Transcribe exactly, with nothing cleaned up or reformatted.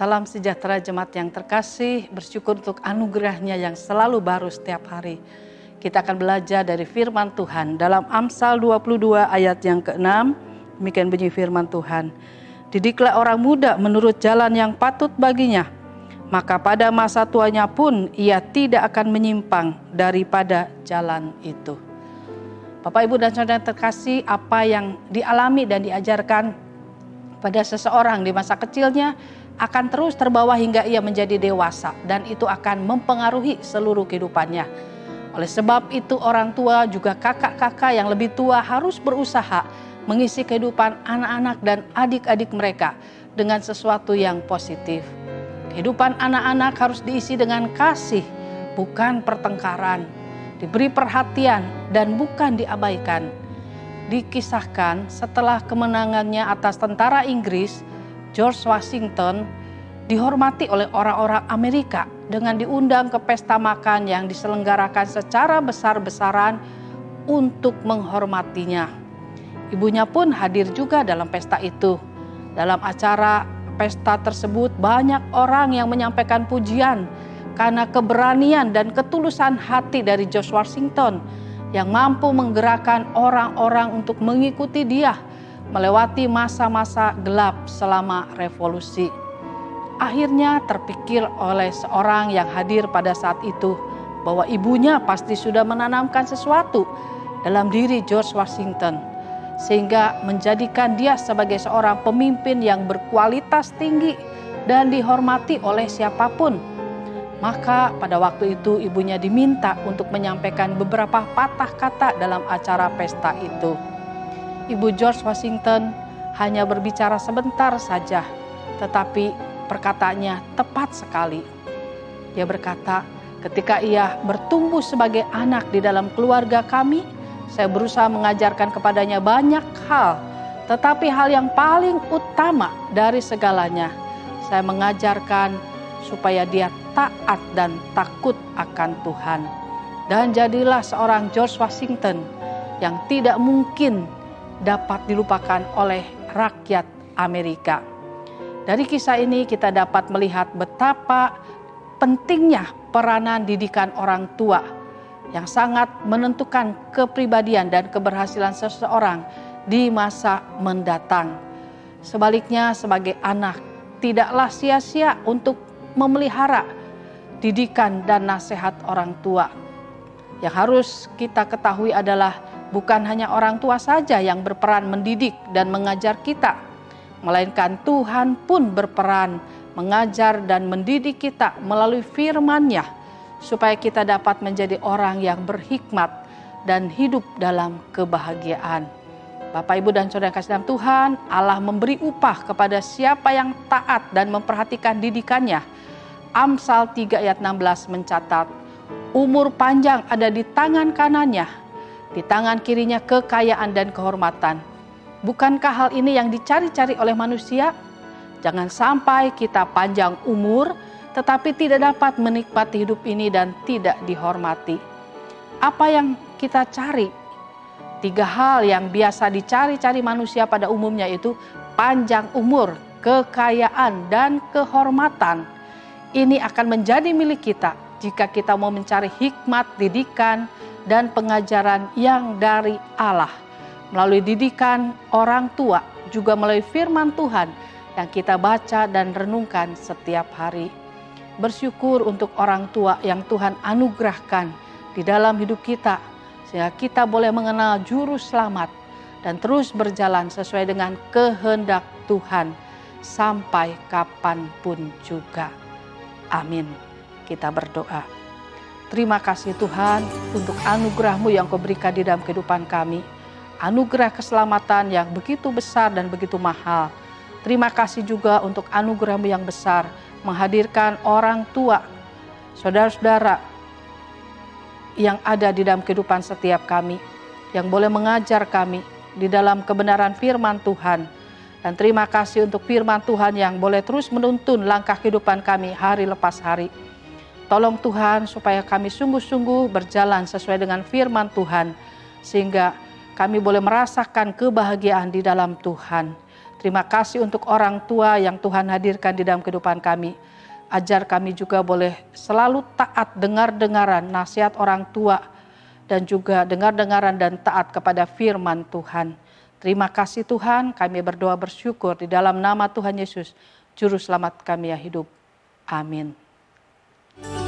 Salam sejahtera jemaat yang terkasih, bersyukur untuk anugerahnya yang selalu baru setiap hari. Kita akan belajar dari firman Tuhan dalam Amsal dua puluh dua ayat yang keenam. Demikian bunyi firman Tuhan. Didiklah orang muda menurut jalan yang patut baginya, maka pada masa tuanya pun ia tidak akan menyimpang daripada jalan itu. Bapak, Ibu, dan Saudara terkasih, apa yang dialami dan diajarkan pada seseorang di masa kecilnya akan terus terbawa hingga ia menjadi dewasa, dan itu akan mempengaruhi seluruh kehidupannya. Oleh sebab itu orang tua juga kakak-kakak yang lebih tua harus berusaha mengisi kehidupan anak-anak dan adik-adik mereka dengan sesuatu yang positif. Kehidupan anak-anak harus diisi dengan kasih, bukan pertengkaran, diberi perhatian dan bukan diabaikan. Dikisahkan setelah kemenangannya atas tentara Inggris, George Washington dihormati oleh orang-orang Amerika dengan diundang ke pesta makan yang diselenggarakan secara besar-besaran untuk menghormatinya. Ibunya pun hadir juga dalam pesta itu. Dalam acara pesta tersebut banyak orang yang menyampaikan pujian karena keberanian dan ketulusan hati dari George Washington yang mampu menggerakkan orang-orang untuk mengikuti dia melewati masa-masa gelap selama revolusi. Akhirnya terpikir oleh seorang yang hadir pada saat itu bahwa ibunya pasti sudah menanamkan sesuatu dalam diri George Washington, sehingga menjadikan dia sebagai seorang pemimpin yang berkualitas tinggi dan dihormati oleh siapapun. Maka pada waktu itu ibunya diminta untuk menyampaikan beberapa patah kata dalam acara pesta itu. Ibu George Washington hanya berbicara sebentar saja, tetapi perkataannya tepat sekali. Dia berkata, ketika ia bertumbuh sebagai anak di dalam keluarga kami, saya berusaha mengajarkan kepadanya banyak hal, tetapi hal yang paling utama dari segalanya, saya mengajarkan supaya dia taat dan takut akan Tuhan. Dan jadilah seorang George Washington yang tidak mungkin dapat dilupakan oleh rakyat Amerika. Dari kisah ini kita dapat melihat betapa pentingnya peranan didikan orang tua yang sangat menentukan kepribadian dan keberhasilan seseorang di masa mendatang. Sebaliknya, sebagai anak, tidaklah sia-sia untuk memelihara didikan dan nasihat orang tua. Yang harus kita ketahui adalah bukan hanya orang tua saja yang berperan mendidik dan mengajar kita, melainkan Tuhan pun berperan mengajar dan mendidik kita melalui firman-Nya, supaya kita dapat menjadi orang yang berhikmat dan hidup dalam kebahagiaan. Bapak, Ibu, dan Saudara kasih dalam Tuhan, Allah memberi upah kepada siapa yang taat dan memperhatikan didikannya. Amsal tiga ayat enam belas mencatat, umur panjang ada di tangan kanannya, di tangan kirinya kekayaan dan kehormatan. Bukankah hal ini yang dicari-cari oleh manusia? Jangan sampai kita panjang umur tetapi tidak dapat menikmati hidup ini dan tidak dihormati. Apa yang kita cari? Tiga hal yang biasa dicari-cari manusia pada umumnya itu panjang umur, kekayaan, dan kehormatan. Ini akan menjadi milik kita jika kita mau mencari hikmat, didikan, dan pengajaran yang dari Allah. Melalui didikan orang tua, juga melalui firman Tuhan yang kita baca dan renungkan setiap hari. Bersyukur untuk orang tua yang Tuhan anugerahkan di dalam hidup kita, sehingga kita boleh mengenal juru selamat dan terus berjalan sesuai dengan kehendak Tuhan sampai kapanpun juga. Amin. Kita berdoa. Terima kasih Tuhan untuk anugerah-Mu yang Kau berikan di dalam kehidupan kami. Anugerah keselamatan yang begitu besar dan begitu mahal. Terima kasih juga untuk anugerah-Mu yang besar menghadirkan orang tua, saudara-saudara yang ada di dalam kehidupan setiap kami, yang boleh mengajar kami di dalam kebenaran firman Tuhan. Dan terima kasih untuk firman Tuhan yang boleh terus menuntun langkah kehidupan kami hari lepas hari. Tolong Tuhan supaya kami sungguh-sungguh berjalan sesuai dengan firman Tuhan, sehingga kami boleh merasakan kebahagiaan di dalam Tuhan. Terima kasih untuk orang tua yang Tuhan hadirkan di dalam kehidupan kami. Ajar kami juga boleh selalu taat dengar-dengaran nasihat orang tua dan juga dengar-dengaran dan taat kepada firman Tuhan. Terima kasih Tuhan, kami berdoa bersyukur di dalam nama Tuhan Yesus, Juru Selamat kami yang hidup. Amin.